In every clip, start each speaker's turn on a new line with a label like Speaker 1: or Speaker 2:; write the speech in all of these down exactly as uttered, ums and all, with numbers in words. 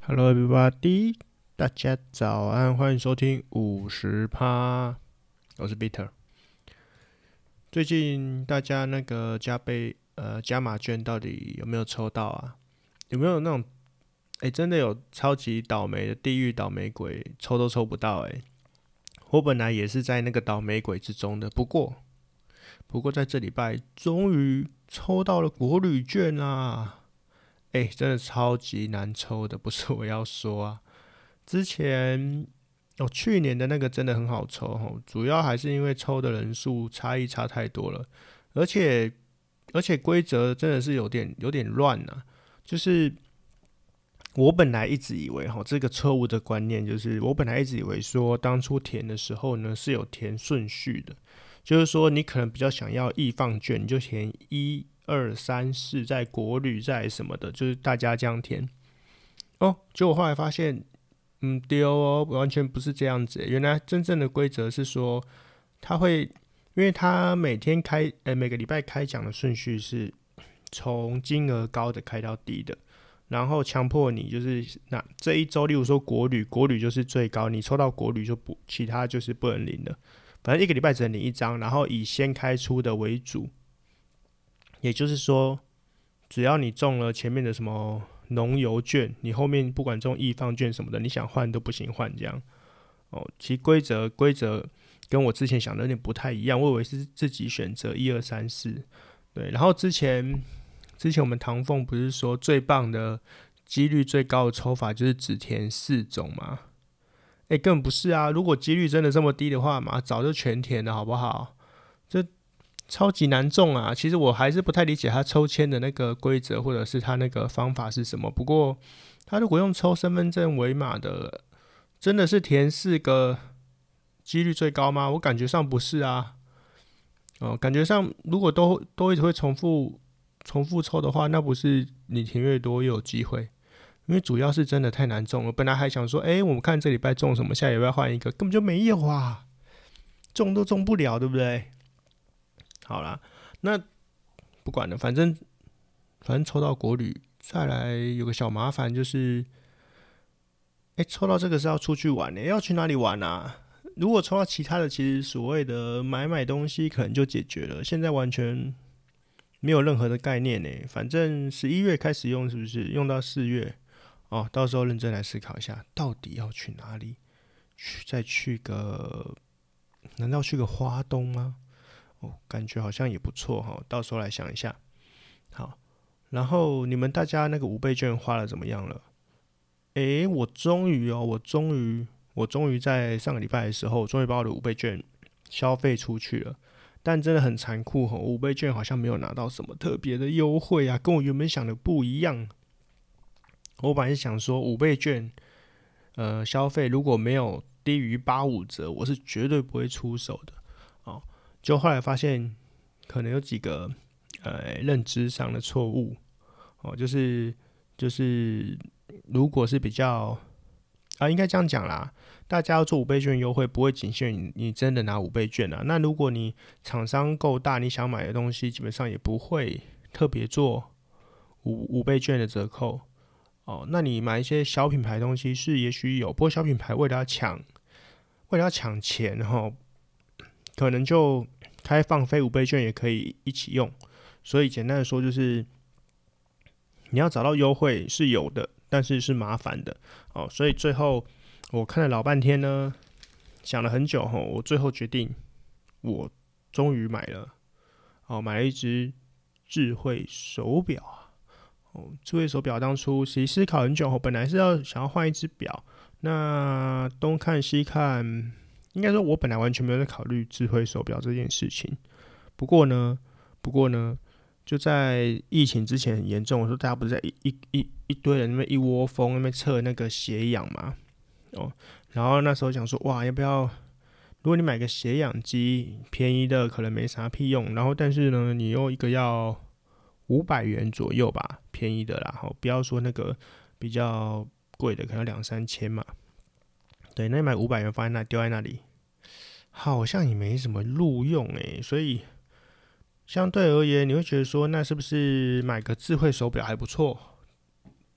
Speaker 1: Hello everybody，大家早安，欢迎收听五十趴，我是 Peter。最近大家那个加倍呃加码券到底有没有抽到啊？有没有那种哎、欸、真的有超级倒霉的地狱倒霉鬼，抽都抽不到哎、欸。我本来也是在那个倒霉鬼之中的，不过不过在这礼拜终于抽到了国旅券啦！哎、欸，真的超级难抽的，不是我要说啊。之前哦，去年的那个真的很好抽哦，主要还是因为抽的人数差异差太多了，而且而且规则真的是有点有点乱呐、啊。就是我本来一直以为哈，这个错误的观念就是我本来一直以为说，当初填的时候呢是有填顺序的，就是说你可能比较想要易放券，你就填一二三四，在国旅在什么的，就是大家这样填。哦，结果后来发现嗯，对哦，完全不是这样子。原来真正的规则是说，他会，因为他每天开，呃，每个礼拜开奖的顺序是从金额高的开到低的，然后强迫你就是那这一周，例如说国旅，国旅就是最高，你抽到国旅就不，其他就是不能领的。反正一个礼拜只能领一张，然后以先开出的为主，也就是说，只要你中了前面的什么农油券，你后面不管中易放券什么的，你想换都不行换这样。哦，其实规则规则跟我之前想的有点不太一样，我以为是自己选择一二三四，对。然后之前之前我们唐凤不是说最棒的几率最高的抽法就是只填四种吗？哎、欸，根本不是啊！如果几率真的这么低的话嘛，早就全填了，好不好？这超级难中啊！其实我还是不太理解他抽签的那个规则，或者是他那个方法是什么。不过他如果用抽身份证为码的，真的是填四个几率最高吗？我感觉上不是啊。哦，感觉上如果都都一直会重复重复抽的话，那不是你填越多越有机会？因为主要是真的太难中了。本来还想说，哎、欸，我们看这礼拜中什么，下礼拜换一个，根本就没有啊，中都中不了，对不对？好啦，那不管了，反正反正抽到国旅，再来有个小麻烦就是，哎、欸，抽到这个是要出去玩呢、欸，要去哪里玩啊？如果抽到其他的，其实所谓的买买东西可能就解决了，现在完全没有任何的概念呢、欸。反正十一月开始用，是不是用到四月？哦，到时候认真来思考一下，到底要去哪里？去再去个，难道去个花东吗？哦，感觉好像也不错哈，到时候来想一下。好，然后你们大家那个五倍券花了怎么样了？诶，我终于哦，我终于，我终于在上个礼拜的时候，终于把我的五倍券消费出去了。但真的很残酷哦，五倍券好像没有拿到什么特别的优惠啊，跟我原本想的不一样。我本来是想说五倍券，呃，消费如果没有低于八五折，我是绝对不会出手的。哦，就后来发现可能有几个呃认知上的错误哦，就是就是如果是比较啊，应该这样讲啦，大家要做五倍券优惠，不会仅限于你真的拿五倍券啊。那如果你厂商够大，你想买的东西基本上也不会特别做五五倍券的折扣哦。那你买一些小品牌东西是也许有，不过小品牌为了要抢为了要抢钱哈，可能就开放非五倍券也可以一起用。所以简单的说就是，你要找到优惠是有的，但是是麻烦的哦。所以最后我看了老半天呢，想了很久吼，我最后决定，我终于买了哦，买了一只智慧手表啊。哦，智慧手表当初其实思考很久，本来是要想要换一只表，那东看西看，应该说我本来完全没有在考虑智慧手表这件事情。不过呢，不过呢，就在疫情之前很严重，我说大家不是在一一一一堆人那边一窝蜂那边测那个血氧嘛，哦，然后那时候想说，哇，要不要？如果你买个血氧机，便宜的可能没啥屁用，然后但是呢，你又一个要五百元左右吧，便宜的啦，不要说那个比较贵的，可能两三千嘛。对，那你买五百元放在那丢在那里，好像也没什么路用诶，所以相对而言，你会觉得说，那是不是买个智慧手表还不错？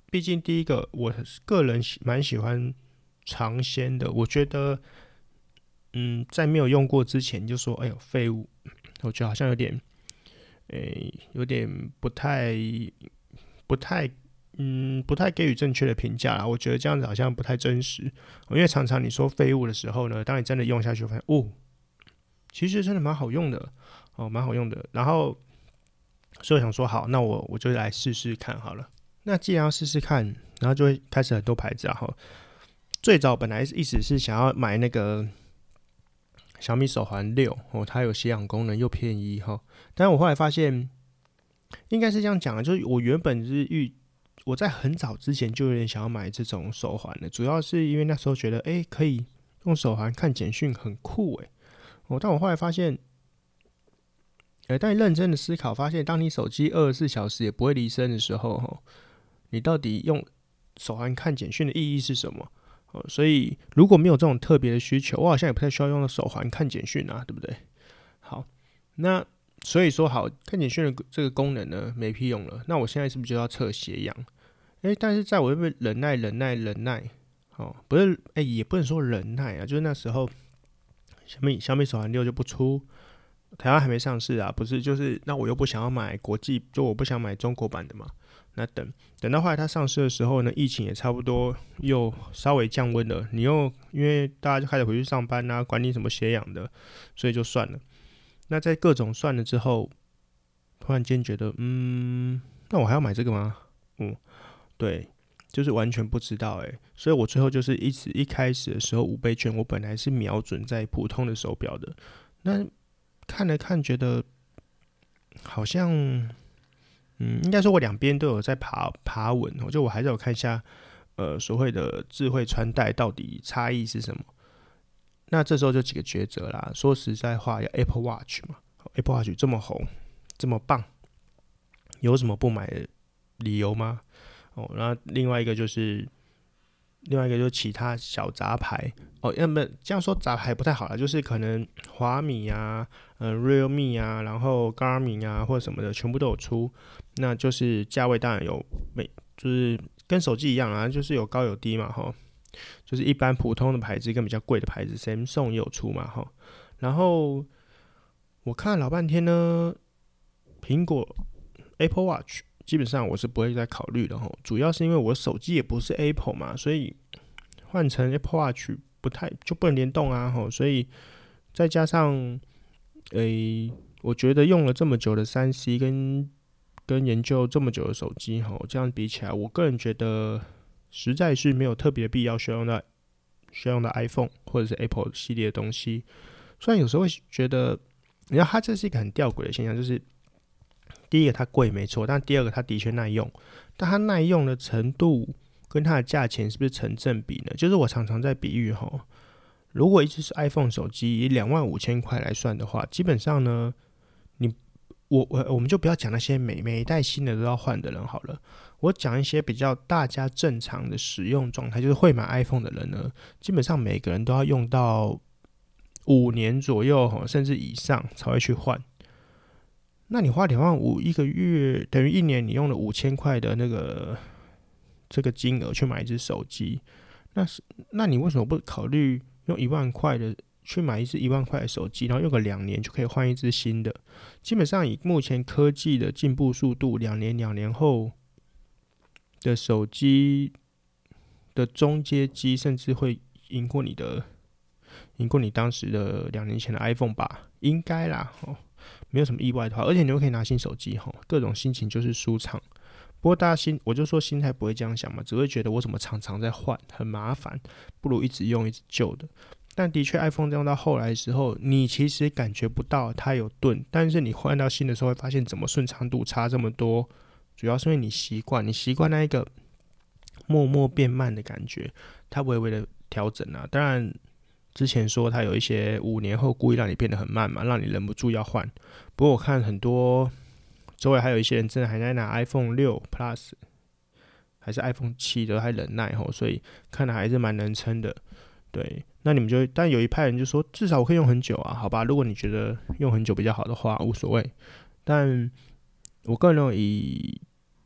Speaker 1: 毕竟第一个，我个人蛮喜欢尝鲜的。我觉得，嗯，在没有用过之前就说，哎呦废物，我觉得好像有点，诶、有点不太不太。嗯，不太给予正确的评价啦。我觉得这样子好像不太真实，因为常常你说废物的时候呢，当你真的用下去，发现哦，其实真的蛮好用的哦，蛮好用的。然后，所以我想说，好，那我我就来试试看好了。那既然要试试看，然后就会开始很多牌子啊。哈，最早本来一直是想要买那个小米手环六哦，它有血氧功能又便宜哈。但是我后来发现，应该是这样讲的，就是我原本是预我在很早之前就有点想要买这种手环的，主要是因为那时候觉得，哎、欸，可以用手环看简讯很酷哎、欸。哦，但我后来发现，呃，当你认真的思考，发现当你手机二十四小时也不会离身的时候，你到底用手环看简讯的意义是什么？哦，所以如果没有这种特别的需求，我好像也不太需要用手环看简讯啊，对不对？好，那所以说好看简讯的这个功能呢，没屁用了。那我现在是不是就要测血氧？哎、欸，但是在我会忍耐、忍耐、忍耐，哦，不是，哎、欸，也不能说忍耐啊，就是那时候小米小米手环六就不出。台湾还没上市啊，不是，就是那我又不想要买国际，就我不想买中国版的嘛。那等等到后来它上市的时候呢，疫情也差不多又稍微降温了，你又因为大家就开始回去上班啊，管你什么血氧的，所以就算了。那在各种算了之后，突然间觉得，嗯，那我还要买这个吗？嗯，对，就是完全不知道哎、欸，所以我最后就是一直一开始的时候五倍券，我本来是瞄准在普通的手表的，那看了看，觉得好像，嗯，应该说我两边都有在爬爬稳，就我还是有看一下，呃，所谓的智慧穿戴到底差异是什么。那这时候就几个抉择啦。说实在话，要 Apple Watch 嘛 ，Apple Watch 这么红，这么棒，有什么不买的理由吗？哦，那另外一个就是。另外一个就是其他小杂牌哦，要么这样说杂牌不太好啦，就是可能华米啊、呃 Realme 啊，然后 Garmin 啊或者什么的，全部都有出。那就是价位当然有每就是跟手机一样啊，就是有高有低嘛哈。就是一般普通的牌子跟比较贵的牌子 ，Samsung 也有出嘛哈。然后我看了老半天呢，苹果 Apple Watch。基本上我是不会再考虑的吼，主要是因为我手机也不是 Apple 嘛，所以换成 Apple Watch 不太就不能联动啊吼，所以再加上诶、欸，我觉得用了这么久的三 C 跟跟研究这么久的手机吼，这样比起来，我个人觉得实在是没有特别必要需要用到需要用到 iPhone 或者是 Apple 系列的东西。虽然有时候会觉得，你知道它这是一个很吊诡的现象，就是。第一个它贵没错，但第二个它的确耐用，但它耐用的程度跟它的价钱是不是成正比呢？就是我常常在比喻齁，如果一只是 iPhone 手机以两万五千块来算的话，基本上呢，你我我我们就不要讲那些每每一代新的都要换的人好了，我讲一些比较大家正常的使用状态，就是会买 iPhone 的人呢，基本上每个人都要用到五年左右，甚至以上才会去换。那你花两万五一个月，等于一年你用了五千块的那个这个金额去买一只手机，那是那你为什么不考虑用一万块的去买一只一万块的手机，然后用个两年就可以换一只新的？基本上以目前科技的进步速度，两年两年后的手机的中阶机，甚至会赢过你的，赢过你当时的两年前的 iPhone 吧？应该啦，哦。没有什么意外的话，而且你又可以拿新手机，各种心情就是舒畅。不过大家心，我就说心态不会这样想嘛，只会觉得我怎么常常在换，很麻烦，不如一直用一直旧的。但的确 ，iPhone 用到后来的时候，你其实感觉不到它有顿，但是你换到新的时候，会发现怎么顺畅度差这么多。主要是因为你习惯，你习惯那一个默默变慢的感觉，它微微的调整啊。当然。之前说它有一些五年后故意让你变得很慢嘛，让你忍不住要换。不过我看很多周围还有一些人真的还在拿 iPhone 六 Plus 还是 iPhone 七的还忍耐吼，所以看来还是蛮能撑的。对，那你们就但有一派人就说至少我可以用很久啊，好吧？如果你觉得用很久比较好的话，无所谓。但我个人认为以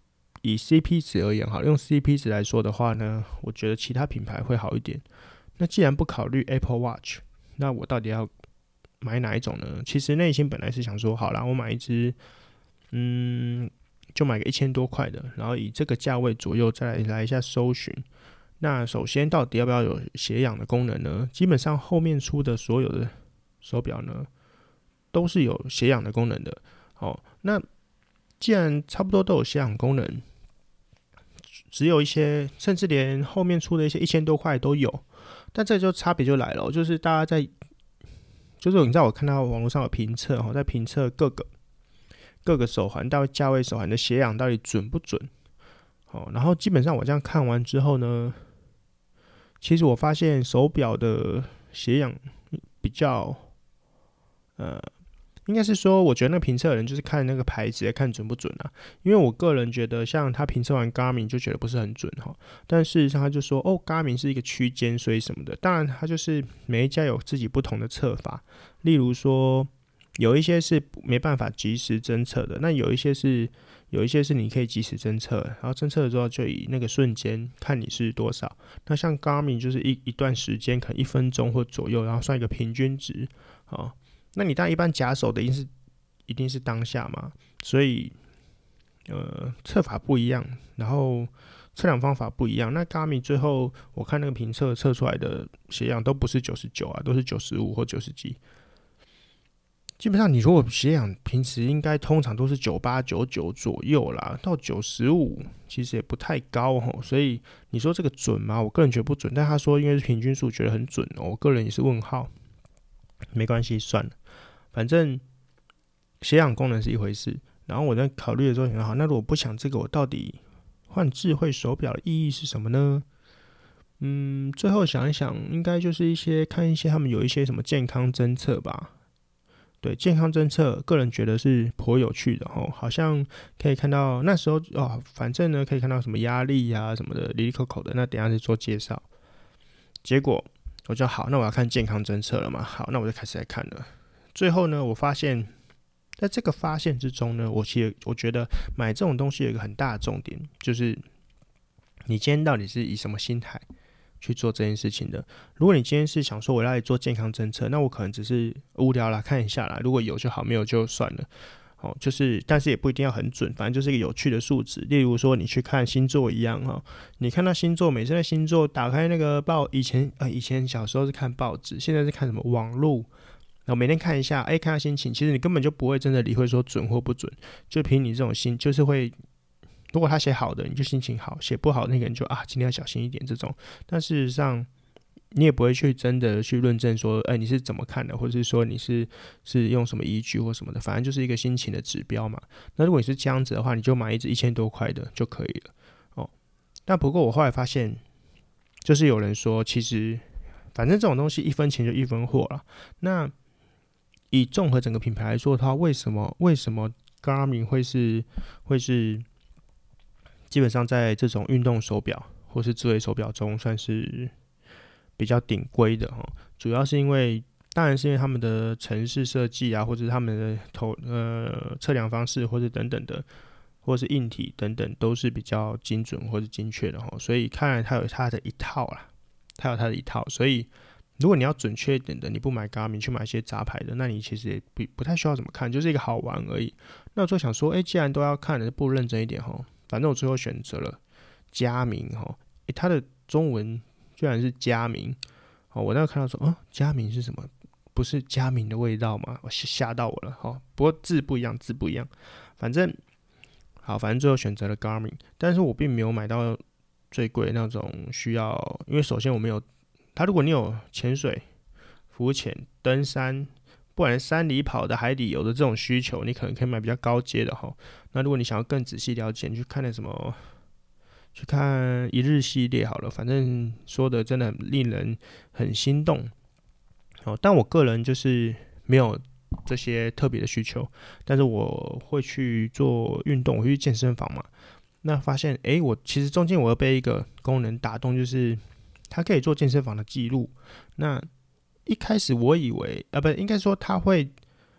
Speaker 1: 以 C P 值而言，好，用 C P 值来说的话呢，我觉得其他品牌会好一点。那既然不考虑 Apple Watch， 那我到底要买哪一种呢？其实内心本来是想说，好啦，我买一只，嗯，就买个一千多块的，然后以这个价位左右再来来一下搜寻。那首先，到底要不要有血氧的功能呢？基本上后面出的所有的手表呢，都是有血氧的功能的。哦，那既然差不多都有血氧功能，只有一些，甚至连后面出的一些一千多块都有。但这就差别就来了，就是大家在，就是你知道我看到网络上有评测，在评测各个各个手环到价位手环的血氧到底准不准。哦，然后基本上我这样看完之后呢，其实我发现手表的血氧比较，呃，应该是说，我觉得那评测的人就是看那个牌子，看准不准啊。因为我个人觉得，像他评测完 Garmin 就觉得不是很准哈，但事实上他就说，哦 ，Garmin 是一个区间，所以什么的。当然，他就是每一家有自己不同的测法，例如说，有一些是没办法及时侦测的，那有一些是有一些是你可以及时侦测，然后侦测了之后就以那个瞬间看你是多少。那像 Garmin 就是一一段时间，可能一分钟或左右，然后算一个平均值，哦。那你当然一般假手的一定是一定是当下嘛，所以呃测法不一样，然后测量方法不一样。那 Garmin 最后我看那个评测测出来的血氧都不是九十九啊，都是九十五或九十几。基本上你如果血氧平时应该通常都是九八九九左右啦，到九十五其实也不太高齁，所以你说这个准吗？我个人觉得不准，但他说因为是平均数觉得很准哦，我个人也是问号。没关系，算了。反正血氧功能是一回事，然后我在考虑的时候想，好，那如果不想这个，我到底换智慧手表的意义是什么呢？嗯，最后想一想，应该就是一些看一些他们有一些什么健康侦测吧。对，健康侦测，个人觉得是颇有趣的哦，好像可以看到那时候哦，反正呢可以看到什么压力啊什么的，哩哩扣扣的。那等一下再做介绍。结果我就好，那我要看健康侦测了嘛，好，那我就开始来看了。最后呢，我发现，在这个发现之中呢，我其实我觉得买这种东西有一个很大的重点，就是你今天到底是以什么心态去做这件事情的。如果你今天是想说我要来做健康侦测，那我可能只是无聊啦，看一下啦，如果有就好，没有就算了。哦，就是，但是也不一定要很准，反正就是一个有趣的数值。例如说，你去看星座一样哈，你看到星座，每次在星座打开那个报，以前呃以前小时候是看报纸，现在是看什么网路，然后每天看一下，哎，看下心情，其实你根本就不会真的理会说准或不准，就凭你这种心，就是会，如果他写好的，你就心情好；写不好，那个人就啊，今天要小心一点这种。但事实上，你也不会去真的去论证说，哎、欸，你是怎么看的，或者是说你是是用什么依据或什么的，反正就是一个心情的指标嘛。那如果你是这样子的话，你就买一支一千多块的就可以了哦。但不过我后来发现，就是有人说，其实反正这种东西一分钱就一分货啦。那以综合整个品牌来说的话，为什么为什么 Garmin 会是会是基本上在这种运动手表或是智慧手表中算是比较顶规的哈，主要是因为，当然是因为他们的程式设计啊，或者他们的投呃测量方式，或者等等的，或是硬体等等，都是比较精准或者精确的哈。所以看来它有它的一套啦，它有它的一套。所以如果你要准确一点的，你不买 Garmin 去买一些杂牌的，那你其实也不不太需要怎么看，就是一个好玩而已。那我就想说，哎、欸，既然都要看了，不如认真一点哈。反正我最后选择了佳明哈，哎，它的中文居然是佳明，哦，我那个看到说，哦，佳明是什么？不是佳明的味道吗？我吓到我了，哦，不过字不一样，字不一样，反正好，反正最后选择了 Garmin， 但是我并没有买到最贵那种需要，因为首先我没有，它如果你有潜水、浮潜、登山，不管是山里跑的、海底游的这种需求，你可能可以买比较高阶的哈。那如果你想要更仔细了解，你去看那什么。去看一日系列好了，反正说的真的很令人很心动哦。但我个人就是没有这些特别的需求，但是我会去做运动，我会去健身房嘛。那发现，哎、欸，我其实中间我又被一个功能打动，就是它可以做健身房的记录。那一开始我以为，啊，不，应该说它会，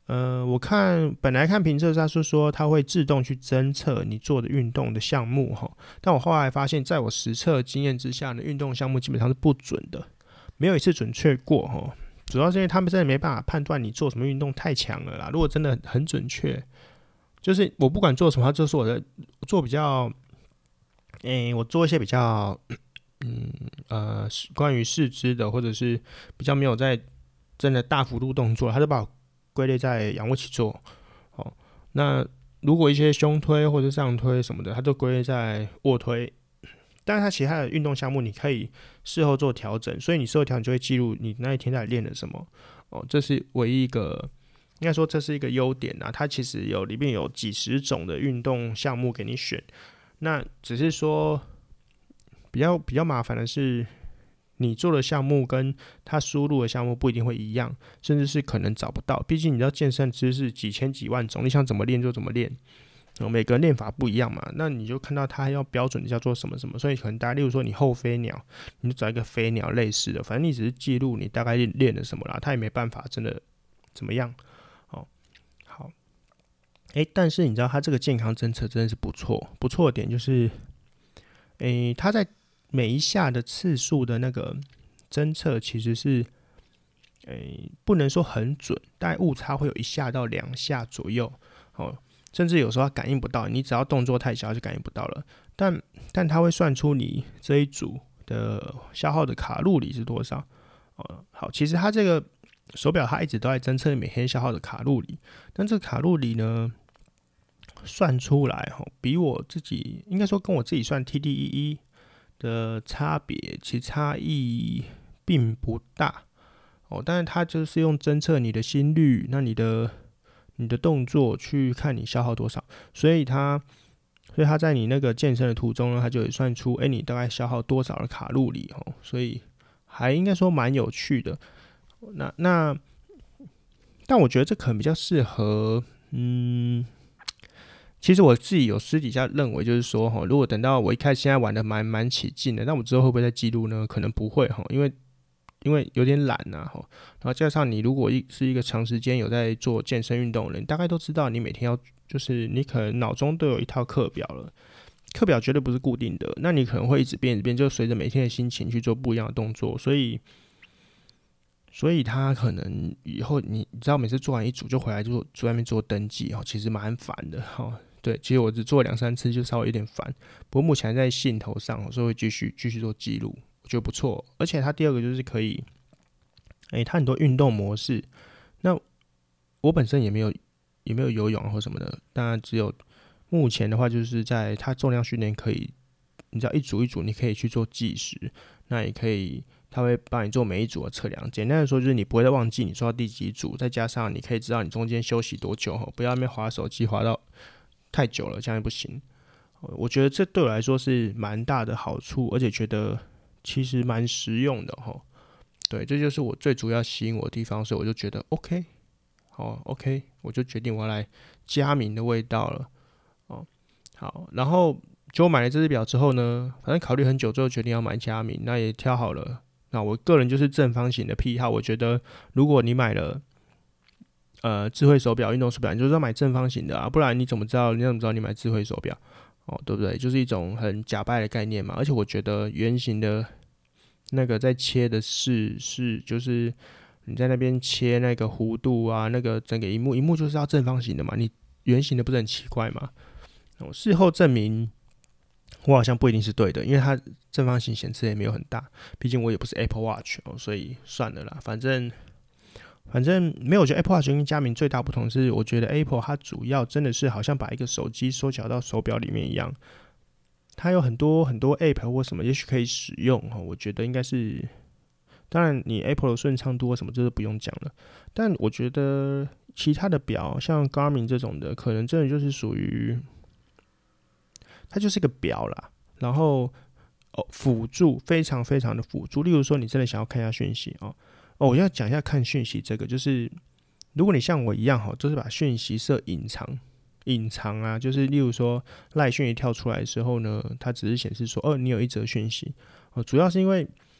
Speaker 1: 呃，我看本来看评测它是说它会自动去侦测你做的运动的项目哈，但我后来发现，在我实测经验之下呢，运动项目基本上是不准的，没有一次准确过哈。主要是因为他们真的没办法判断你做什么运动太强了啦。如果真的很准确，就是我不管做什么，他就说我的做比较，诶、欸，我做一些比较，嗯呃，关于四肢的，或者是比较没有在真的大幅度动作，他就把我归类在仰卧起坐。哦，那如果一些胸推或者上推什么的，它都归类在卧推。但是它其他的运动项目你可以事后做调整，所以你事后调整就会记录你那一天在练了什么。哦，这是唯一一个，应该说这是一个优点啊。它其实有里面有几十种的运动项目给你选，那只是说比较比较麻烦的是，你做的项目跟他输入的项目不一定会一样，甚至是可能找不到。毕竟你知道健身知识几千几万种，你想怎么练就怎么练。哦、每个人练法不一样嘛，那你就看到他要标准叫做什么什么，所以可能大家例如说你后飞鸟，你就找一个飞鸟类似的，反正你只是记录你大概练了什么啦，他也没办法真的怎么样。哦，好，哎、欸，但是你知道他这个健康侦测真的是不错，不错的点就是，哎、欸，他在每一下的次数的那个侦测其实是，哎、欸，不能说很准，大概误差会有一下到两下左右。哦。甚至有时候它感应不到，你只要动作太小就感应不到了。但但它会算出你这一组的消耗的卡路里是多少。哦，好，其实它这个手表它一直都在侦测每天消耗的卡路里，但这个卡路里呢，算出来哈，比我自己应该说跟我自己算 T D E E 的差别，其实差异并不大。哦，但是它就是用侦测你的心率，那你的你的动作去看你消耗多少，所以它，所以它在你那个健身的途中呢，它就会算出，哎、欸，你大概消耗多少的卡路里哦，所以还应该说蛮有趣的。那那，但我觉得这可能比较适合，嗯，其实我自己有私底下认为，就是说哈，如果等到我一开始现在玩的蛮蛮起劲的，那我之后会不会再记录呢？可能不会哈，因为。因为有点懒呐，然后加上你如果是一个长时间有在做健身运动的人，大概都知道你每天要，就是你可能脑中都有一套课表了，课表绝对不是固定的，那你可能会一直变一直变，就随着每天的心情去做不一样的动作，所以，所以他可能以后你知道每次做完一组就回来就在外面做登记哦，其实蛮烦的哈。对，其实我只做两三次就稍微有点烦，不过目前还在兴头上，所以会继续继续做记录。我觉得不错，而且它第二个就是可以，哎、欸，它很多运动模式。那我本身也没有也没有游泳或什么的，当然只有目前的话，就是在它重量训练可以，你知道一组一组你可以去做计时，那也可以，它会帮你做每一组的测量。简单的说，就是你不会再忘记你做到第几组，再加上你可以知道你中间休息多久，不要那边滑手机滑到太久了，这样也不行。我觉得这对我来说是蛮大的好处，而且觉得。其实蛮实用的齁，对，这就是我最主要吸引我的地方，所以我就觉得 OK， 好 OK， 我就决定我要来佳明的味道了，哦，好，然后就买了这只表之后呢，反正考虑很久之后决定要买佳明，那也挑好了，那我个人就是正方形的癖好，我觉得如果你买了呃智慧手表、运动手表，你就是要买正方形的啊，不然你怎么知道？你怎么知道你买智慧手表？哦，对不对？就是一种很假掰的概念嘛。而且我觉得圆形的那个在切的是是就是你在那边切那个弧度啊，那个整个萤幕，萤幕就是要正方形的嘛，你圆形的不是很奇怪吗？哦，事后证明我好像不一定是对的，因为它正方形显示也没有很大，毕竟我也不是 Apple Watch 哦，所以算了啦，反正。反正没有，我觉得 Apple Watch 跟佳明最大不同是，我觉得 Apple 它主要真的是好像把一个手机收缴到手表里面一样，它有很多很多 App 或什么，也许可以使用哈。我觉得应该是，当然你 Apple 的顺畅度或什么这是不用讲了，但我觉得其他的表像 Garmin 这种的，可能真的就是属于，它就是一个表啦，然后哦辅助非常非常的辅助，例如说你真的想要看一下讯息哦。哦，我要讲一下看讯息这个，就是如果你像我一样哈，就是把讯息设隐藏，隐藏啊，就是例如说赖讯息跳出来的时候呢，它只是显示说，哦，你有一则讯息，哦，主要是因为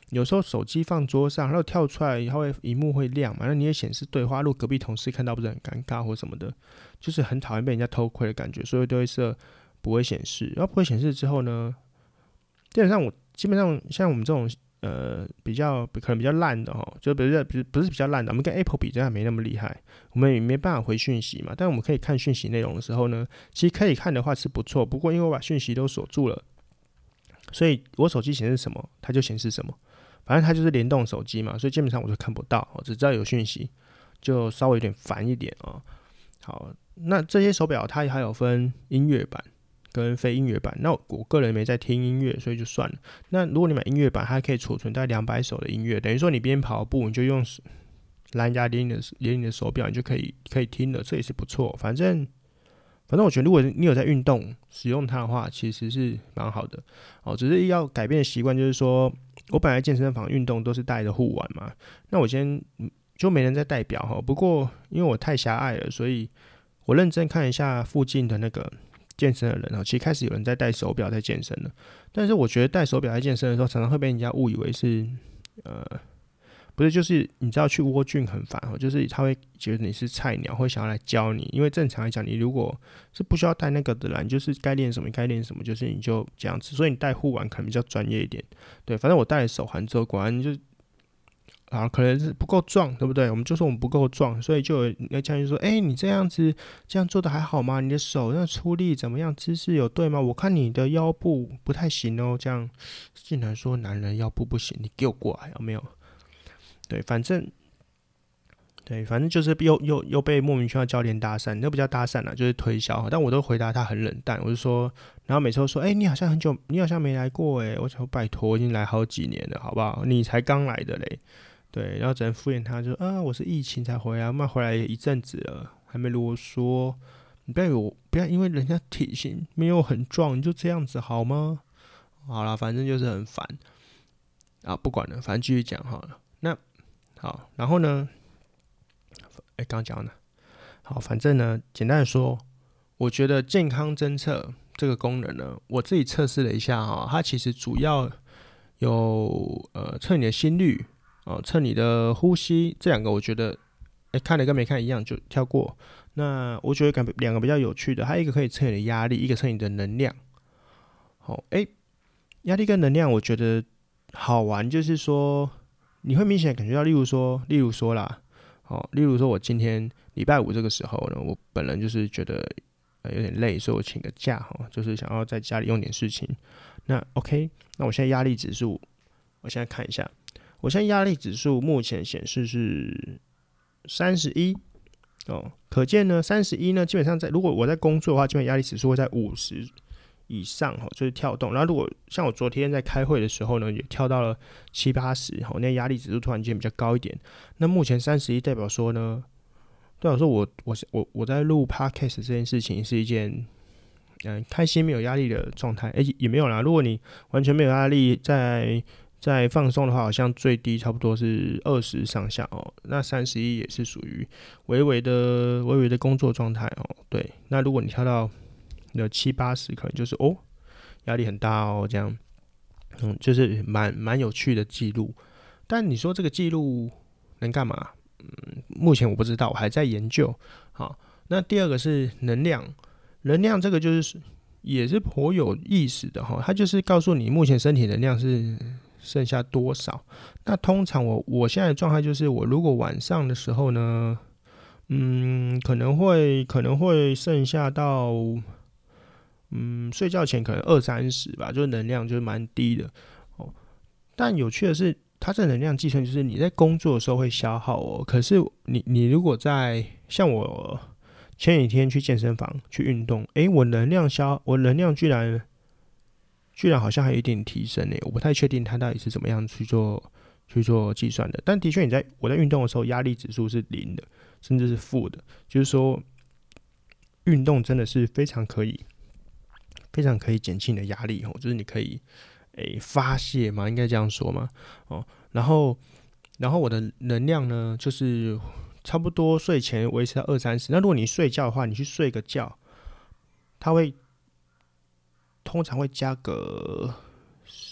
Speaker 1: 有时候手机放桌上，然后跳出来，它会荧幕会亮嘛，那你也显示对话，如果隔壁同事看到不是很尴尬或什么的，就是很讨厌被人家偷窥的感觉，所以都会设不会显示。然后不会显示之后呢，基本上我基本上像我们这种呃比较可能比较烂的哈，就不是不是比较烂的，我们跟 Apple 比，这样没那么厉害，我们也没办法回讯息嘛，但我们可以看讯息内容的时候呢，其实可以看的话是不错，不过因为我把讯息都锁住了，所以我手机显示什么，它就显示什么。反正它就是联动手机嘛，所以基本上我就看不到，我只知道有讯息，就稍微有点烦一点啊。好，那这些手表它还有分音乐版跟非音乐版，那我个人没在听音乐，所以就算了。那如果你买音乐版，它可以储存大概两百首的音乐，等于说你边跑步，你就用蓝牙连你的连你的手表，你就可以可以听了，这也是不错。反正。反正我觉得，如果你有在运动使用它的话，其实是蛮好的哦。只是要改变的习惯，就是说我本来健身房运动都是带着护腕嘛，那我今天就没人在带表哈。不过因为我太狭隘了，所以我认真看一下附近的那个健身的人，其实开始有人在带手表在健身了。但是我觉得带手表在健身的时候，常常会被人家误以为是呃。不是，就是你知道去蜗菌很烦，就是他会觉得你是菜鸟，会想要来教你。因为正常来讲，你如果是不需要带那个的啦，你就是该练什么该练什么，就是你就这样子。所以你带护腕可能比较专业一点。对，反正我带了手环之后，果然就啊，可能是不够壮，对不对？我们就说我们不够壮，所以就有那教练说：“哎、欸，你这样子这样做的还好吗？你的手那出力怎么样？姿势有对吗？我看你的腰部不太行哦。”这样竟然说男人腰部不行，你给我过来，有没有？对，反正，对，反正就是又又又被莫名其妙教练搭讪，那不叫搭讪啦，就是推销。但我都回答他很冷淡，我就说，然后每次都说，哎、欸，你好像很久，你好像没来过哎，我想拜托，我已经来好几年了，好不好？你才刚来的嘞，对，然后只能敷衍他，就啊，我是疫情才回来，那回来也一阵子了，还没啰嗦。你不要有，不要因为人家体型没有很壮，你就这样子好吗？好啦，反正就是很烦啊，不管了，反正继续讲好了。那好，然后呢？哎，刚刚讲了，好，反正呢，简单的说，我觉得健康侦测这个功能呢，我自己测试了一下哈，它其实主要有呃测你的心率哦，测你的呼吸，这两个我觉得，哎，看了跟没看一样，就跳过。那我觉得两个比较有趣的，还有一个可以测你的压力，一个测你的能量。好，哎，压力跟能量，我觉得好玩，就是说。你会明显感觉到，例如说，例如说啦，哦，例如说我今天礼拜五这个时候呢，我本人就是觉得、呃、有点累，所以我请个假哈，就是想要在家里用点事情。那 OK， 那我现在压力指数，我现在看一下，我现在压力指数目前显示是三十一哦，可见呢，三十一呢，基本上在如果我在工作的话，基本压力指数会在五十。以上就是跳动，然后如果像我昨天在开会的时候呢，也跳到了七八十，那压力指数突然间比较高一点。那目前三十一代表说呢，代表说我我我我在录 podcast 这件事情是一件嗯、呃、开心没有压力的状态，哎、欸、也没有啦。如果你完全没有压力，在在放松的话，好像最低差不多是二十上下哦。那三十一也是属于微微的微微的工作状态哦。对，那如果你跳到有七八十，可能就是哦，压力很大哦，这样，嗯，就是蛮蛮有趣的记录。但你说这个记录能干嘛？嗯，目前我不知道，我还在研究。好，那第二个是能量，能量这个就是也是颇有意思的哈，它就是告诉你目前身体能量是剩下多少。那通常我我现在的状态就是，我如果晚上的时候呢，嗯，可能会可能会剩下到。嗯，睡觉前可能二三十吧，就是能量就是蛮低的哦。但有趣的是，它这能量计算就是你在工作的时候会消耗哦。可是你你如果在像我前几天去健身房去运动，诶，我能量消我能量居然居然好像还有一点提升呢。我不太确定它到底是怎么样去做去做计算的。但的确，你在我在运动的时候，压力指数是零的，甚至是负的，就是说运动真的是非常可以。非常可以减轻你的压力哦，就是你可以诶发泄嘛，应该这样说嘛哦。然后，然后我的能量呢，就是差不多睡前维持到二三十。那如果你睡觉的话，你去睡个觉，它会通常会加个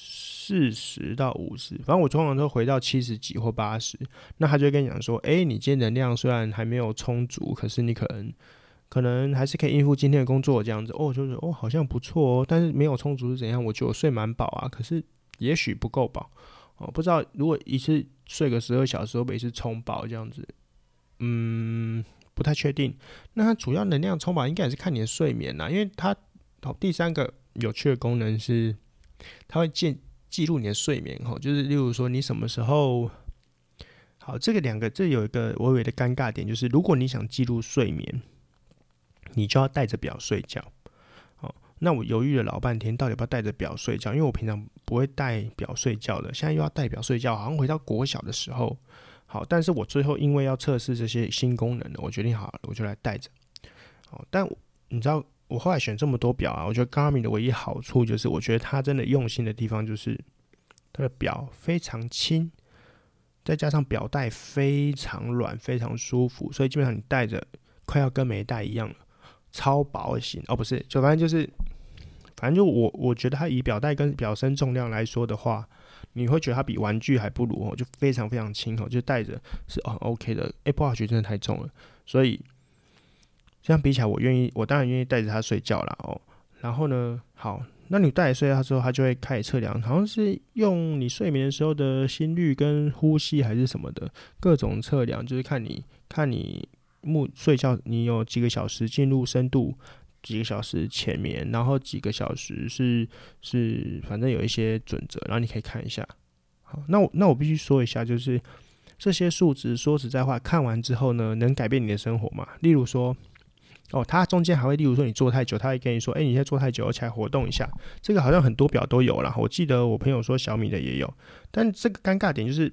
Speaker 1: 四十到五十，反正我通常都回到七十几或八十。那他就会跟你讲说，哎、欸，你今天能量虽然还没有充足，可是你可能可能还是可以应付今天的工作这样子。哦，就是哦，好像不错哦，但是没有充足是怎样？我觉得我睡蛮饱啊，可是也许不够饱哦，不知道如果一次睡个十二小时，会不会是充饱这样子？嗯，不太确定。那它主要能量充饱应该也是看你的睡眠啦，因为它好第三个有趣的功能是，它会记记录你的睡眠哈，就是例如说你什么时候。好，这个两个这有一个微微的尴尬点，就是如果你想记录睡眠，你就要带着表睡觉。哦，那我犹豫了老半天，到底要不要带着表睡觉？因为我平常不会带表睡觉的，现在又要带表睡觉，好像回到国小的时候。好，但是我最后因为要测试这些新功能，我决定好了，我就来带着。好，但你知道我后来选这么多表啊，我觉得 Garmin 的唯一好处就是，我觉得它真的用心的地方就是它的表非常轻。再加上表带非常软，非常舒服，所以基本上你戴着快要跟没戴一样了，超薄型哦，不是，就反正就是，反正就我我觉得它以表带跟表身重量来说的话，你会觉得它比玩具还不如哦，就非常非常轻哦，就戴着是很 OK 的。Apple Watch 真的太重了，所以这样比起来，我愿意，我当然愿意带着它睡觉啦哦。然后呢，好。那你带着睡觉之后，它就会开始测量，好像是用你睡眠的时候的心率跟呼吸还是什么的各种测量，就是看你看你目睡觉你有几个小时进入深度，几个小时浅眠，然后几个小时是是反正有一些准则，然后你可以看一下。好，那我那我必须说一下，就是这些数值说实在话，看完之后呢，能改变你的生活吗？例如说。哦，它中间还会，例如说你坐太久，它会跟你说，哎、欸，你现在坐太久，而且还活动一下。这个好像很多表都有啦，我记得我朋友说小米的也有。但这个尴尬点就是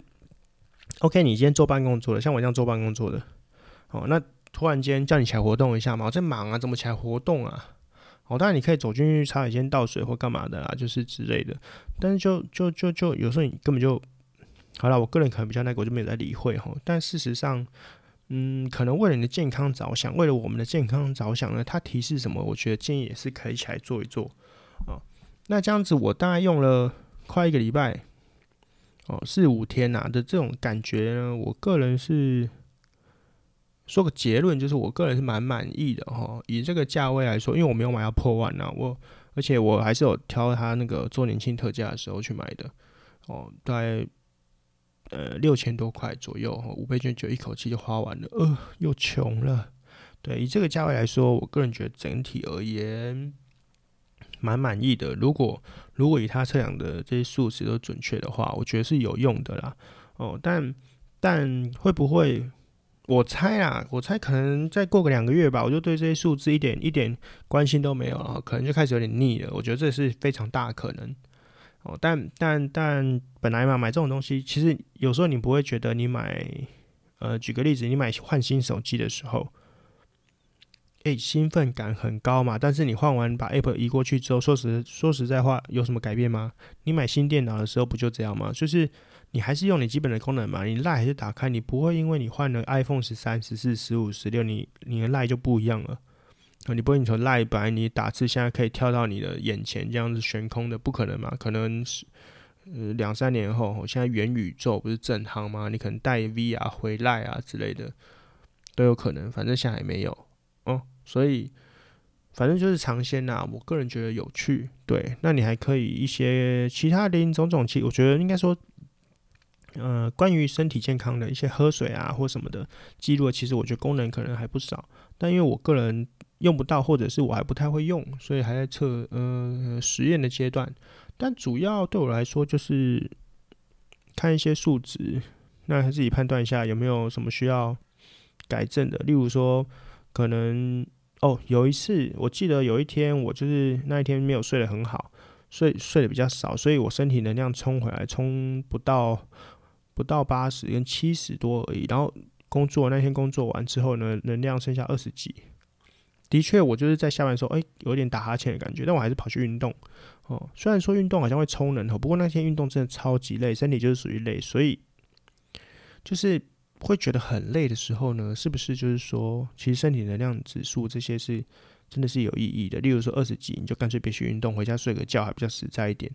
Speaker 1: ，OK， 你今天坐办公桌的，像我这样坐办公桌的，哦，那突然间叫你起来活动一下嘛，我在忙啊，怎么起来活动啊？哦，当然你可以走进去茶水间倒水或干嘛的啦，就是之类的。但是就就就就有时候你根本就，好啦，我个人可能比较那个，我就没有在理会哈。但事实上。嗯，可能为了你的健康着想，为了我们的健康着想呢，它提示什么？我觉得建议也是可以起来做一做啊。那这样子，我大概用了快一个礼拜，哦，四五天呐、啊、的这种感觉呢，我个人是说个结论，就是我个人是蛮满意的哈。以这个价位来说，因为我没有买到破万呐、啊，我而且我还是有挑它那个做年庆特价的时候去买的哦，大概。呃，六千多块左右，五倍券就一口气就花完了，呃，又穷了。对，以这个价位来说，我个人觉得整体而言蛮满意的。如果如果以它测量的这些数值都准确的话，我觉得是有用的啦。哦，但但会不会？我猜啦，我猜可能再过个两个月吧，我就对这些数字一点一点关心都没有了，可能就开始有点腻了。我觉得这是非常大的可能。哦，但但但本来嘛，买这种东西，其实有时候你不会觉得你买，呃，举个例子，你买换新手机的时候，哎、欸，兴奋感很高嘛。但是你换完把 App 移过去之后，说实说实在话，有什么改变吗？你买新电脑的时候不就这样吗？就是你还是用你基本的功能嘛，你 Line 还是打开，你不会因为你换了 iPhone 十三、十四、十五、十六，你你的 Line 就不一样了。你不会，你从 Line 本来你打字现在可以跳到你的眼前这样子悬空的，不可能嘛？可能是呃两三年后，现在元宇宙不是正夯吗？你可能带 V R 回来啊之类的都有可能，反正现在还没有哦，所以反正就是尝鲜啦。我个人觉得有趣，对。那你还可以一些其他零种种，其我觉得应该说，呃，关于身体健康的一些喝水啊或什么的记录，其实我觉得功能可能还不少，但因为我个人。用不到，或者是我还不太会用，所以还在测呃实验的阶段。但主要对我来说就是看一些数值，那自己判断一下有没有什么需要改正的。例如说，可能哦有一次我记得有一天我就是那一天没有睡得很好，睡睡得比较少，所以我身体能量冲回来，冲不到不到八十跟七十多而已。然后工作那天工作完之后呢，能量剩下二十几。的确，我就是在下班的时候，哎、欸，有点打哈欠的感觉，但我还是跑去运动。哦，虽然说运动好像会充能，不过那天运动真的超级累，身体就是属于累，所以就是会觉得很累的时候呢，是不是就是说，其实身体能量指数这些是真的是有意义的？例如说二十几，你就干脆别去运动，回家睡个觉还比较实在一点。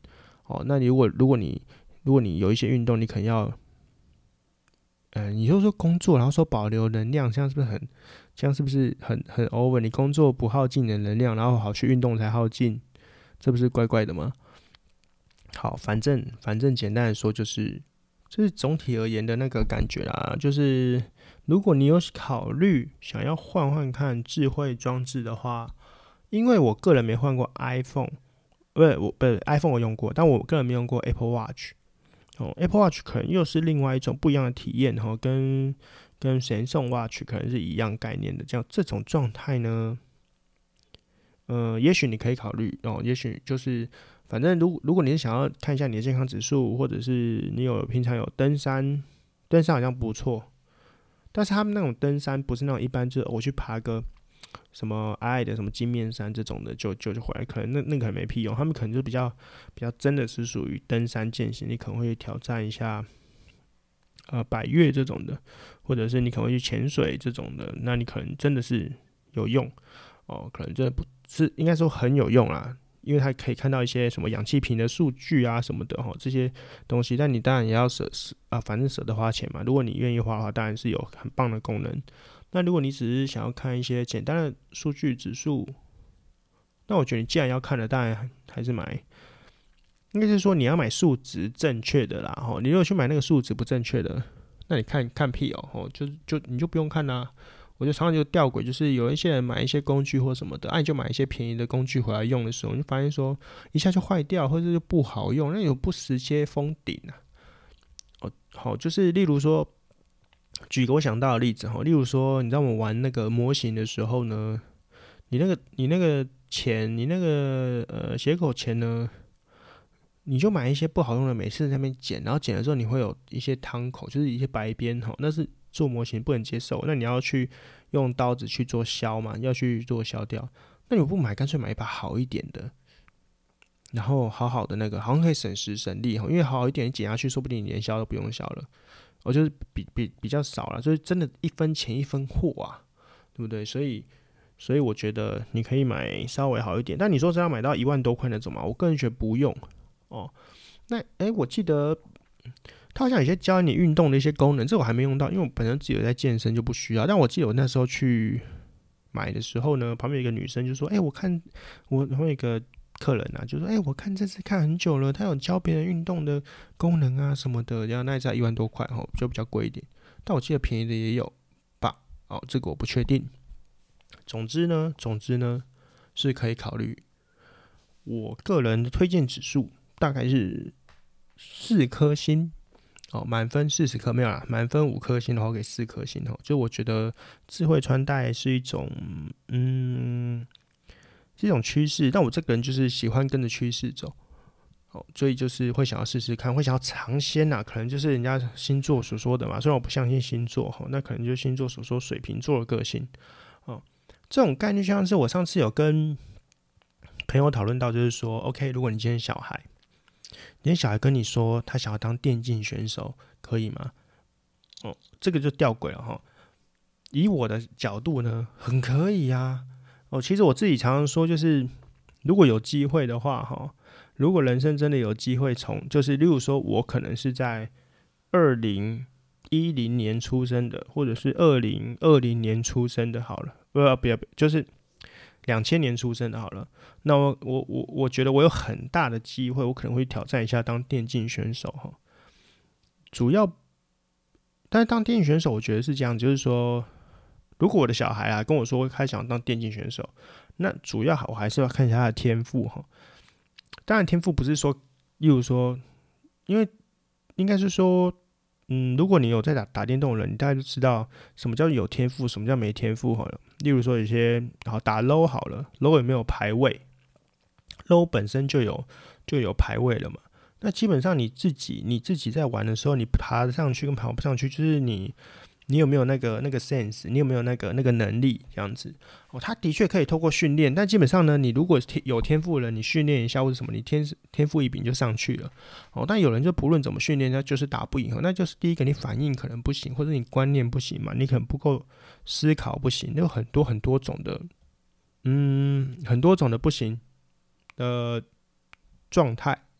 Speaker 1: 哦，那你如果如果你如果你有一些运动，你可能要，呃，你就说工作，然后说保留能量，这样是不是很，这样是不是很很 over？你工作不耗尽的能量，然后好去运动才耗尽，这不是怪怪的吗？好，反正反正简单的说就是，这是总体而言的那个感觉啦。就是如果你有考虑想要换换看智慧装置的话，因为我个人没换过 iPhone， 不是我不是 iPhone 我用过，但我个人没用过 Apple Watch。哦 ，Apple Watch 可能又是另外一种不一样的体验哈，跟跟 Samsung Watch 可能是一样概念的。这样这种状态呢，呃，也许你可以考虑哦，也许就是。反正如如果你是想要看一下你的健康指数，或者是你有平常有登山，登山好像不错，但是他们那种登山不是那种一般，就是我去爬个什么矮矮的什么金面山这种的，就就就回来，可能那那个很没屁用。他们可能就比较比较真的是属于登山健行，你可能会挑战一下呃百岳这种的，或者是你可能会去潜水这种的，那你可能真的是有用哦，可能真的不是应该说很有用啦。因为它可以看到一些什么氧气瓶的数据啊什么的这些东西，但你当然也要舍啊，反正舍得花钱嘛。如果你愿意花的话，当然是有很棒的功能。那如果你只是想要看一些简单的数据指数，那我觉得你既然要看了，当然还是买，应该是说你要买数值正确的啦。你如果去买那个数值不正确的，那你看看屁哦，就就你就不用看啦。我就常常就吊诡，就是有一些人买一些工具或什么的，啊，你就买一些便宜的工具回来用的时候，你就发现说一下就坏掉，或者就不好用，那有不直接封顶啊。哦，好，就是例如说，举个我想到的例子哈，例如说，你知道我们玩那个模型的时候呢，你那个你那个钱，你那个呃斜口钱呢，你就买一些不好用的，每次在那边剪，然后剪的时候你会有一些汤口，就是一些白边哈，那是。做模型不能接受，那你要去用刀子去做削嘛，要去做削掉。那你不买，干脆买一把好一点的，然后好好的那个，好像可以省时省力，因为好一点你剪下去，说不定你连削都不用削了。我就是比比比较少了，就是真的一分钱一分货啊，对不对？所以所以我觉得你可以买稍微好一点，但你说真要买到一万多块那种嘛，我个人觉得不用哦。那哎、欸，我记得。它好像有些教你运动的一些功能，这我还没用到，因为我本身自己有在健身就不需要。但我记得我那时候去买的时候呢，旁边有一个女生就说：“哎、欸，我看我有一个客人啊，就说：哎、欸，我看这次看很久了，他有教别人运动的功能啊什么的，然后那一才一万多块哦，就比较贵一点。但我记得便宜的也有吧？哦，这个我不确定。总之呢，总之呢是可以考虑。我个人的推荐指数大概是四颗星。”哦，满分四十颗没有啦，满分五颗星的话给四颗星哦。就我觉得智慧穿戴是一种，嗯，是一种趋势，但我这个人就是喜欢跟着趋势走，哦，所以就是会想要试试看，会想要尝鲜呐。可能就是人家星座所说的嘛，虽然我不相信星座哈，那可能就是星座所说水瓶座的个性哦。这种概念就像是我上次有跟朋友讨论到，就是说 ，OK， 如果你今天小孩。你的小孩跟你说他想要当电竞选手，可以吗？哦，这个就吊诡了哈。以我的角度呢，很可以啊。哦，其实我自己常常说，就是如果有机会的话，哈，如果人生真的有机会从，就是例如说，我可能是在二零一零年出生的，或者是二零二零年出生的，好了，不要不要，就是两千年出生的，好了。那我我我我觉得我有很大的机会，我可能会挑战一下当电竞选手哈。主要，但是当电竞选手，我觉得是这样，就是说，如果我的小孩啊跟我说他想当电竞选手，那主要我还是要看一下他的天赋哈。当然，天赋不是说，例如说，因为应该是说，嗯，如果你有在打打电动的人，你大概就知道什么叫有天赋，什么叫没天赋好了。例如说，有些好打 low 好了 ，low 有没有排位？low 本身就有就有排位了嘛，那基本上你自己你自己在玩的时候，你爬上去跟爬不上去，就是你你有没有那个那个 sense， 你有没有那个那个能力这样子哦。他的确可以透过训练，但基本上呢，你如果有天赋的人，你训练一下或者什么，你天天赋异禀就上去了哦。但有人就不论怎么训练，他就是打不赢，那就是第一个你反应可能不行，或者你观念不行嘛，你可能不够思考不行，有很多很多种的，嗯，很多种的不行的状态，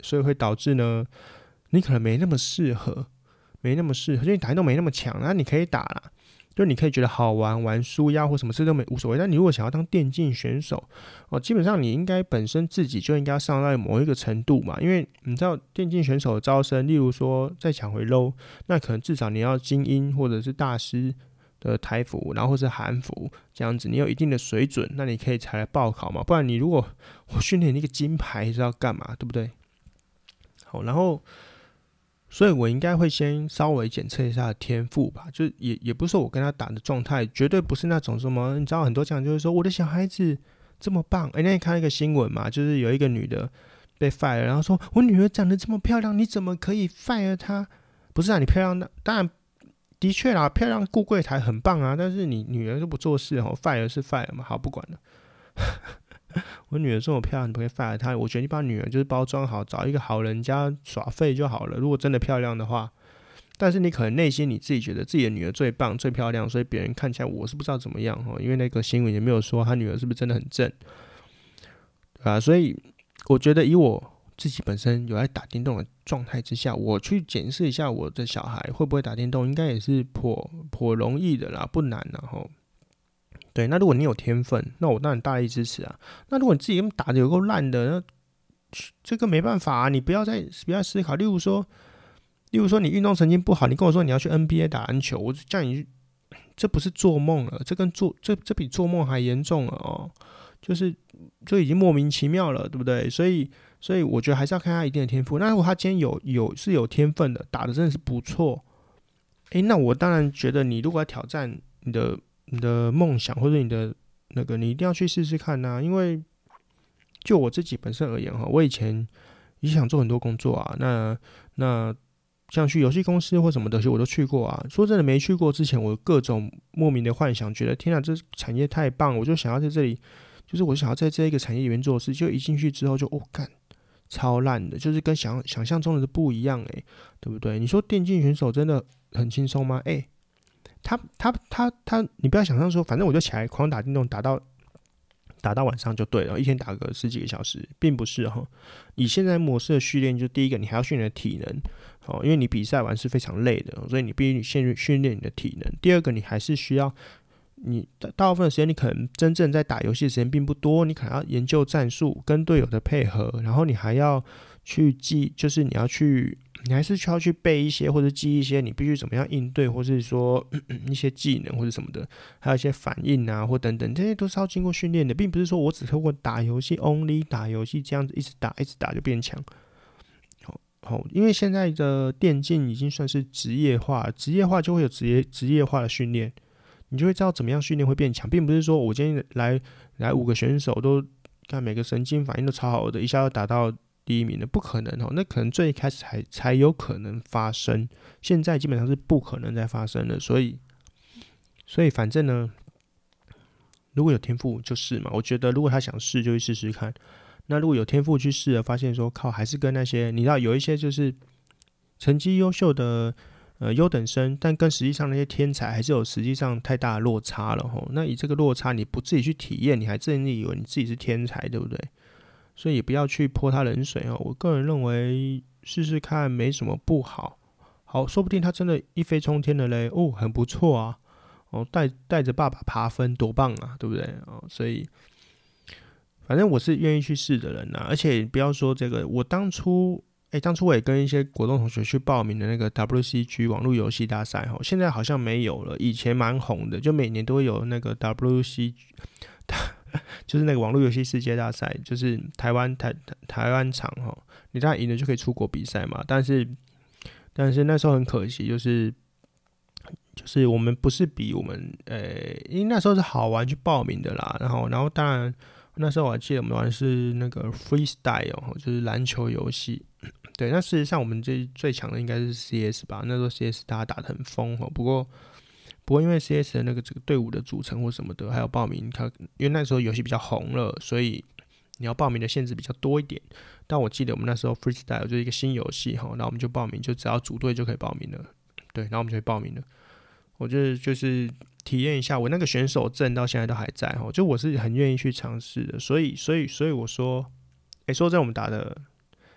Speaker 1: 所以会导致呢，你可能没那么适合，没那么适合，因为打电动没那么强，那你可以打啦。就你可以觉得好玩，玩输压或什么这都没无所谓。但你如果想要当电竞选手哦，基本上你应该本身自己就应该上到某一个程度嘛，因为你知道电竞选手的招生，例如说再抢回 low， 那可能至少你要精英或者是大师的台服，然后或是韩服这样子，你有一定的水准，那你可以才来报考嘛。不然你如果我训练一个金牌是要干嘛，对不对？好，然后。所以我应该会先稍微检测一下天赋吧，就也也不是说我跟他打的状态绝对不是那种什么，你知道很多家长就是说我的小孩子这么棒，哎、欸，那你看一个新闻嘛，就是有一个女的被 fire， 然后说我女儿长得这么漂亮，你怎么可以 fire 她？不是啊，你漂亮的当然的确啦，漂亮顾柜台很棒啊，但是你女儿就不做事哦 ，fire 是 fire 嘛，好不管了。我女儿这么漂亮，你不可以 fire 她。我觉得你把女儿就是包装好，找一个好人家耍废就好了。如果真的漂亮的话，但是你可能内心你自己觉得自己的女儿最棒、最漂亮，所以别人看起来我是不知道怎么样哦，因为那个新闻也没有说她女儿是不是真的很正，对吧？所以我觉得以我自己本身有在打电动的状态之下，我去检视一下我的小孩会不会打电动，应该也是颇颇容易的啦，不难啦吼。对，那如果你有天分，那我当然大力支持啊。那如果你自己打的有够烂的，那这个没办法啊，你不要再不要思考。例如说，例如说你运动神经不好，你跟我说你要去 N B A 打篮球，我叫你，这不是做梦了，这跟做这这比做梦还严重了哦，就是就已经莫名其妙了，对不对？所以所以我觉得还是要看他一定的天赋。那如果他今天有有是有天分的，打的真的是不错，诶，那我当然觉得你如果要挑战你的。你的梦想或者你的那个，你一定要去试试看啊！因为就我自己本身而言哈，我以前也想做很多工作啊，那那像去游戏公司或什么的，我都去过啊。说真的，没去过之前，我各种莫名的幻想，觉得天啊，这产业太棒，我就想要在这里，就是我想要在这一个产业里面做事。就一进去之后就，哦干，超烂的，就是跟想想象中的不一样哎、欸，对不对？你说电竞选手真的很轻松吗？哎、欸。他他他他，你不要想象说，反正我就起来狂打电动，打到打到晚上就对了，一天打个十几个小时，并不是哈。以现在模式的训练，就第一个你还要训练体能，哦，因为你比赛完是非常累的，所以你必须先训练你的体能。第二个，你还是需要你大部分的时间，你可能真正在打游戏的时间并不多，你可能要研究战术，跟队友的配合，然后你还要去记，就是你要去。你还是需要去背一些或者记一些你必须怎么样应对，或是说咳咳一些技能或者什么的，还有一些反应啊或等等，这些都是要经过训练的，并不是说我只透过打游戏 only 打游戏这样子一直打一直打就变强。好、哦，因为现在的电竞已经算是职业化，职业化就会有职业职业化的训练，你就会知道怎么样训练会变强，并不是说我今天来来五个选手都看每个神经反应都超好的，一下就打到。第一名的不可能哦，那可能最开始才才有可能发生，现在基本上是不可能再发生了，所以，所以反正呢，如果有天赋就试嘛，我觉得如果他想试就去试试看，那如果有天赋去试了，发现说靠还是跟那些你知道有一些就是成绩优秀的呃优等生，但跟实际上那些天才还是有实际上太大的落差了吼，那以这个落差你不自己去体验，你还真的以为你自己是天才，对不对？所以也不要去泼他冷水哦。我个人认为试试看没什么不好，好，说不定他真的一飞冲天了嘞，哦，很不错啊，哦，带带着爸爸爬分，多棒啊，对不对？哦，所以反正我是愿意去试的人啊，而且不要说这个，我当初，哎，当初我也跟一些国中同学去报名的那个 W C G 网络游戏大赛哈，现在好像没有了，以前蛮红的，就每年都会有那个 W C G。就是那个网络游戏世界大赛，就是台湾台台湾场哈，你当然赢了就可以出国比赛嘛。但是但是那时候很可惜，就是就是我们不是比我们呃，因为那时候是好玩去报名的啦。然后然后当然那时候我还记得我们玩的是那个 freestyle， 就是篮球游戏。对，那事实上我们最最强的应该是 C S 吧。那时候 C S 大家打得很疯哈，不过。不过因为 C S 的那个这个队伍的组成或什么的，还有报名，它因为那时候游戏比较红了，所以你要报名的限制比较多一点。但我记得我们那时候 freestyle 就是一个新游戏哈，然后我们就报名，就只要组队就可以报名了。对，然后我们就可以报名了。我觉得就是体验一下，我那个选手证到现在都还在哈，就我是很愿意去尝试的。所以，所以，所以我说，哎，说真的，我们打的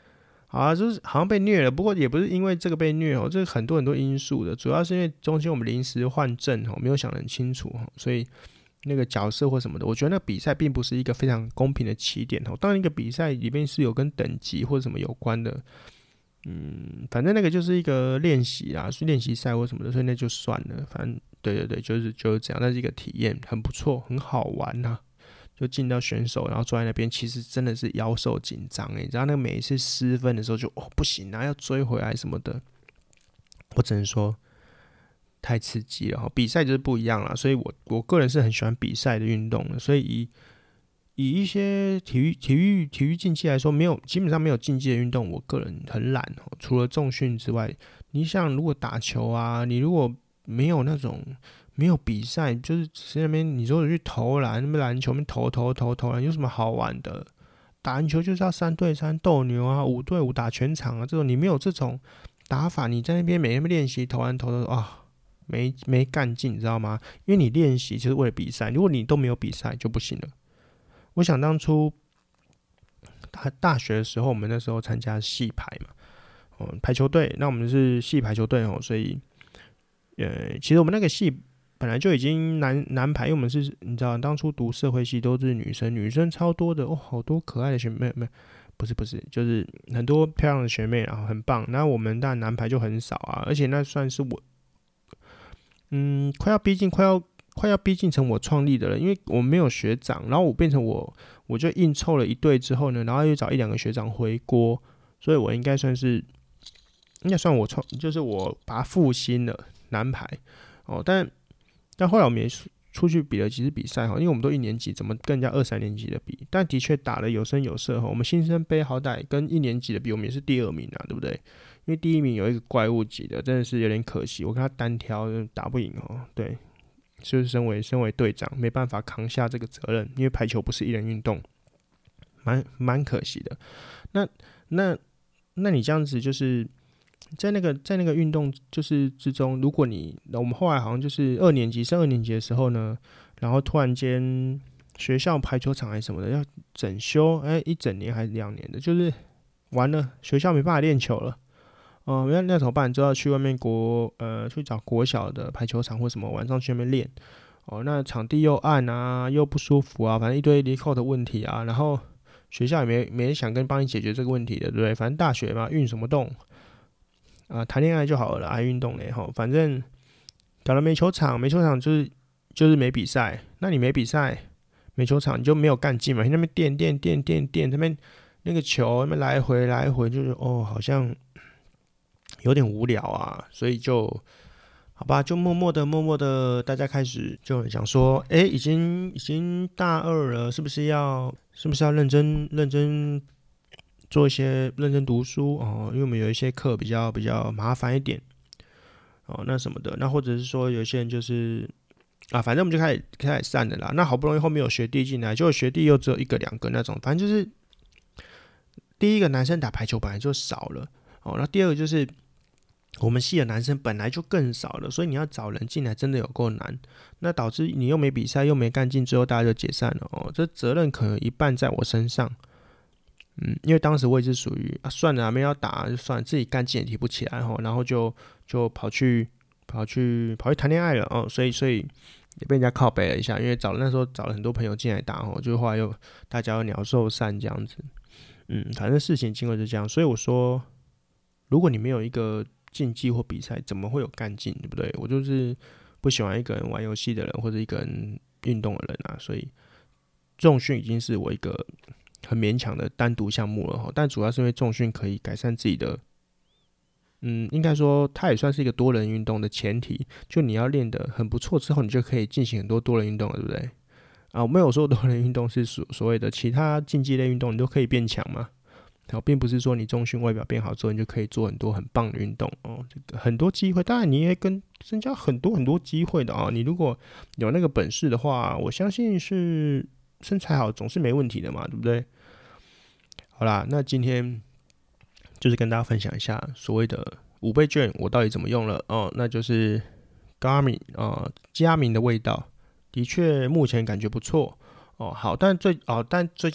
Speaker 1: 好啊，就是好像被虐了，不过也不是因为这个被虐哦，这很多很多因素的，主要是因为中间我们临时换阵哦，没有想得很清楚哦，所以那个角色或什么的，我觉得那个比赛并不是一个非常公平的起点哦。当然，一个比赛里面是有跟等级或者什么有关的，嗯，反正那个就是一个练习啦，是练习赛或什么的，所以那就算了。反正对对对，就是就是这样，那是一个体验，很不错，很好玩呐、啊。就进到选手，然后坐在那边，其实真的是腰受紧张哎，你知道那个每一次失分的时候就哦不行啊，要追回来什么的，我只能说太刺激了。比赛就是不一样啦，所以我我个人是很喜欢比赛的运动的，所以以以一些体育体育体育竞技来说，没有基本上没有竞技的运动，我个人很懒哦。除了重训之外，你像如果打球啊，你如果没有那种没有比赛，就是只是那边你说去投篮，那边篮球那边投投投投篮，有什么好玩的？打篮球就是要三对三斗牛啊，五对五打全场啊，这种你没有这种打法，你在那边每天练习投篮投的啊，没没干劲，你知道吗？因为你练习就是为了比赛，如果你都没有比赛就不行了。我想当初大大学的时候，我们那时候参加系排嘛，哦，排球队，那我们是系排球队哦，所以呃，其实我们那个系本来就已经男男排，因为我们是你知道，当初读社会系都是女生，女生超多的哦，好多可爱的学妹，没不是不是，就是很多漂亮的学妹，然后很棒。然后我们当然男排就很少啊，而且那算是我，嗯，快要逼近，快要快要逼近成我创立的了，因为我没有学长，然后我变成我，我就硬凑了一队之后呢，然后又找一两个学长回锅，所以我应该算是，应该算我创，就是我把它复兴了男排哦，但。但后来我们也出去比了几次比赛哈，因为我们都一年级，怎么跟人家二三年级的比？但的确打了有声有色哈。我们新生杯好歹跟一年级的比，我们也是第二名啊，对不对？因为第一名有一个怪物级的，真的是有点可惜，我跟他单挑打不赢哦。对，就是身为身为队长，没办法扛下这个责任，因为排球不是一人运动，蛮蛮可惜的。那那那你这样子就是。在那个在那个运动就是之中，如果你我们后来好像就是二年级升二年级的时候呢，然后突然间学校排球场还是什么的要整修，哎、欸，一整年还是两年的，就是完了学校没办法练球了，哦、呃，那那怎么办？就要去外面国呃去找国小的排球场或什么，晚上去那边练，哦，那场地又暗啊，又不舒服啊，反正一堆离扣的问题啊，然后学校也没没人想跟帮你解决这个问题的，对不对？反正大学嘛，运什么动？啊，谈恋爱就好了啦，爱运动嘞哈，反正搞了没球场，没球场就是就是没比赛。那你没比赛，没球场你就没有干劲嘛，你那边垫垫垫垫垫，那边那个球那边来回来回，就是哦，好像有点无聊啊，所以就好吧，就默默的默默的，大家开始就想说，哎、欸，已经已经大二了，是不是要是不是要认真认真？做一些认真读书哦，因为我们有一些课比较比较麻烦一点哦，那什么的，那或者是说有些人就是啊，反正我们就开始开始散了啦。那好不容易后面有学弟进来，结果学弟又只有一个两个那种，反正就是第一个男生打排球本来就少了哦，那第二个就是我们系的男生本来就更少了，所以你要找人进来真的有够难，那导致你又没比赛又没干劲，最后大家就解散了哦，这责任可能一半在我身上。嗯，因为当时我也是属于啊，算了、啊，没要打就算了，自己干劲也提不起来哈，然后就就跑去跑去跑去谈恋爱了哦，所以所以也被人家靠北了一下，因为找那时候找了很多朋友进来打哦，就后来又大家又鸟兽散这样子，嗯，反正事情经过就这样，所以我说，如果你没有一个竞技或比赛，怎么会有干劲，对不对？我就是不喜欢一个人玩游戏的人或者一个人运动的人啊，所以重训已经是我一个。很勉强的单独项目了，但主要是因为重训可以改善自己的，嗯，应该说它也算是一个多人运动的前提。就你要练得很不错之后，你就可以进行很多多人运动了，对不对？啊，我没有说多人运动是所所谓的其他竞技类运动，你都可以变强嘛。好，并不是说你重训外表变好之后，你就可以做很多很棒的运动哦。这个很多机会，当然你也跟增加很多很多机会的啊。你如果有那个本事的话，我相信是。身材好总是没问题的嘛，对不对？好啦，那今天就是跟大家分享一下所谓的五倍券我到底怎么用了哦，那就是 Garmin 啊、呃，佳明的味道，的确目前感觉不错哦。好，但最哦，但最近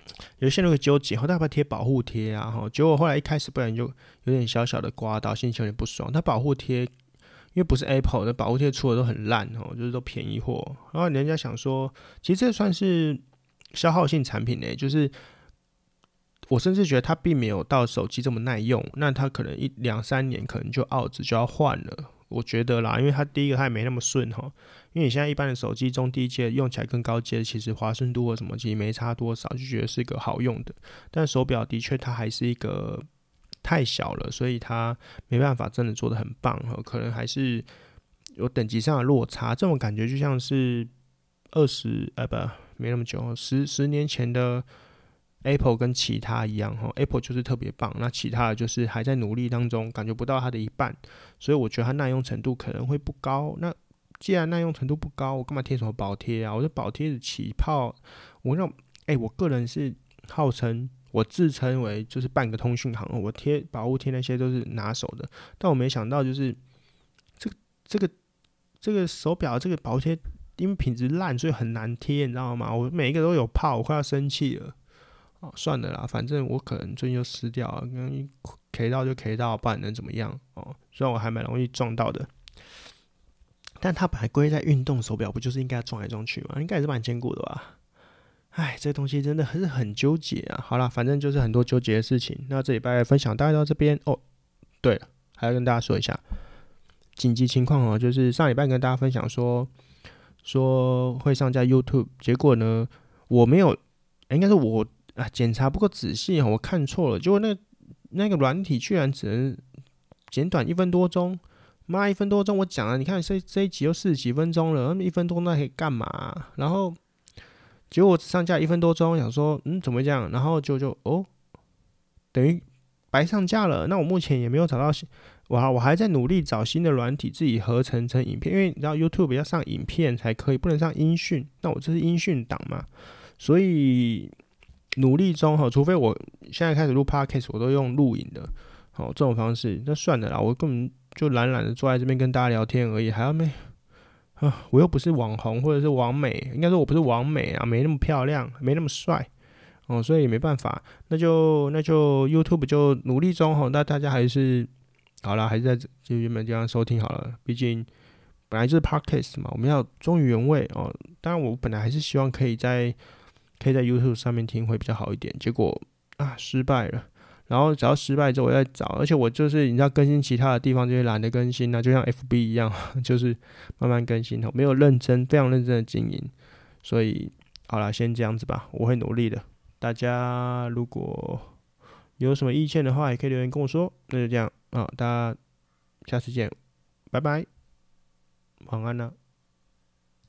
Speaker 1: 有陷入个纠结，后要不要贴保护贴啊？哈，结果后来一开始不然就有点小小的刮到，心情有点不爽。它保护贴因为不是 Apple 的保护贴出的都很烂哦，就是都便宜货。然后人家想说，其实这算是消耗性产品呢、欸，就是我甚至觉得它并没有到手机这么耐用，那它可能一两三年可能就 out 就要换了。我觉得啦，因为它第一个它也没那么顺哈，因为你现在一般的手机中低阶用起来更高阶，其实滑顺度或什么其实没差多少，就觉得是一个好用的。但手表的确它还是一个太小了，所以它没办法真的做得很棒，可能还是有等级上的落差。这种感觉就像是二十呃不没那么久，十十年前的 Apple 跟其他一样 ，Apple 就是特别棒，那其他的就是还在努力当中，感觉不到它的一半，所以我觉得它耐用程度可能会不高。那既然耐用程度不高，我干嘛贴什么保贴啊？我这保贴的起泡，我那种，哎、欸，我个人是号称我自称为就是半个通讯行，我贴保护贴那些都是拿手的，但我没想到就是这个这个这个手表这个保护贴，因为品质烂，所以很难贴，你知道吗？我每一个都有泡，我快要生气了。哦，算了啦，反正我可能最近就撕掉了，跟 K 到就 K 到，不然能怎么样？哦，虽然我还蛮容易撞到的，但它本来归在运动手表，不就是应该撞来撞去吗？应该也是蛮坚固的吧？哎，这东西真的还是很纠结啊。好啦，反正就是很多纠结的事情。那这礼拜分享大概到这边哦。对了，还要跟大家说一下紧急情况哦，就是上礼拜跟大家分享说说会上架 YouTube， 结果呢我没有，应该是我。啊，检查不够仔细，我看错了，结果那那个软体居然只能简短一分多钟，妈一分多钟我讲了，你看这这一集又四十几分钟了，那么一分多钟那可以干嘛、啊？然后结果我只上架一分多钟，想说嗯怎么会这样？然后就就哦，等于白上架了。那我目前也没有找到，我我还在努力找新的软体自己合成成影片，因为你知道 YouTube 要上影片才可以，不能上音讯。那我这是音讯档嘛，所以。努力中哈，除非我现在开始录 podcast， 我都用录影的，好这种方式，那算了啦，我根本就懒懒的坐在这边跟大家聊天而已，还要没啊，我又不是网红或者是网美，应该说我不是网美啊，没那么漂亮，没那么帅哦，所以没办法，那就那就 YouTube 就努力中哈，那大家还是好啦，还是在就原本这样收听好了，毕竟本来就是 podcast 嘛，我们要忠于原味哦。当然我本来还是希望可以在。可以在 YouTube 上面听会比较好一点，结果啊失败了。然后只要失败之后我再找，而且我就是你知道更新其他的地方就会懒得更新啊，就像 F B 一样，就是慢慢更新，没有认真非常认真的经营。所以好啦，先这样子吧，我会努力的。大家如果有什么意见的话，也可以留言跟我说。那就这样啊，大家下次见，拜拜，晚安啦。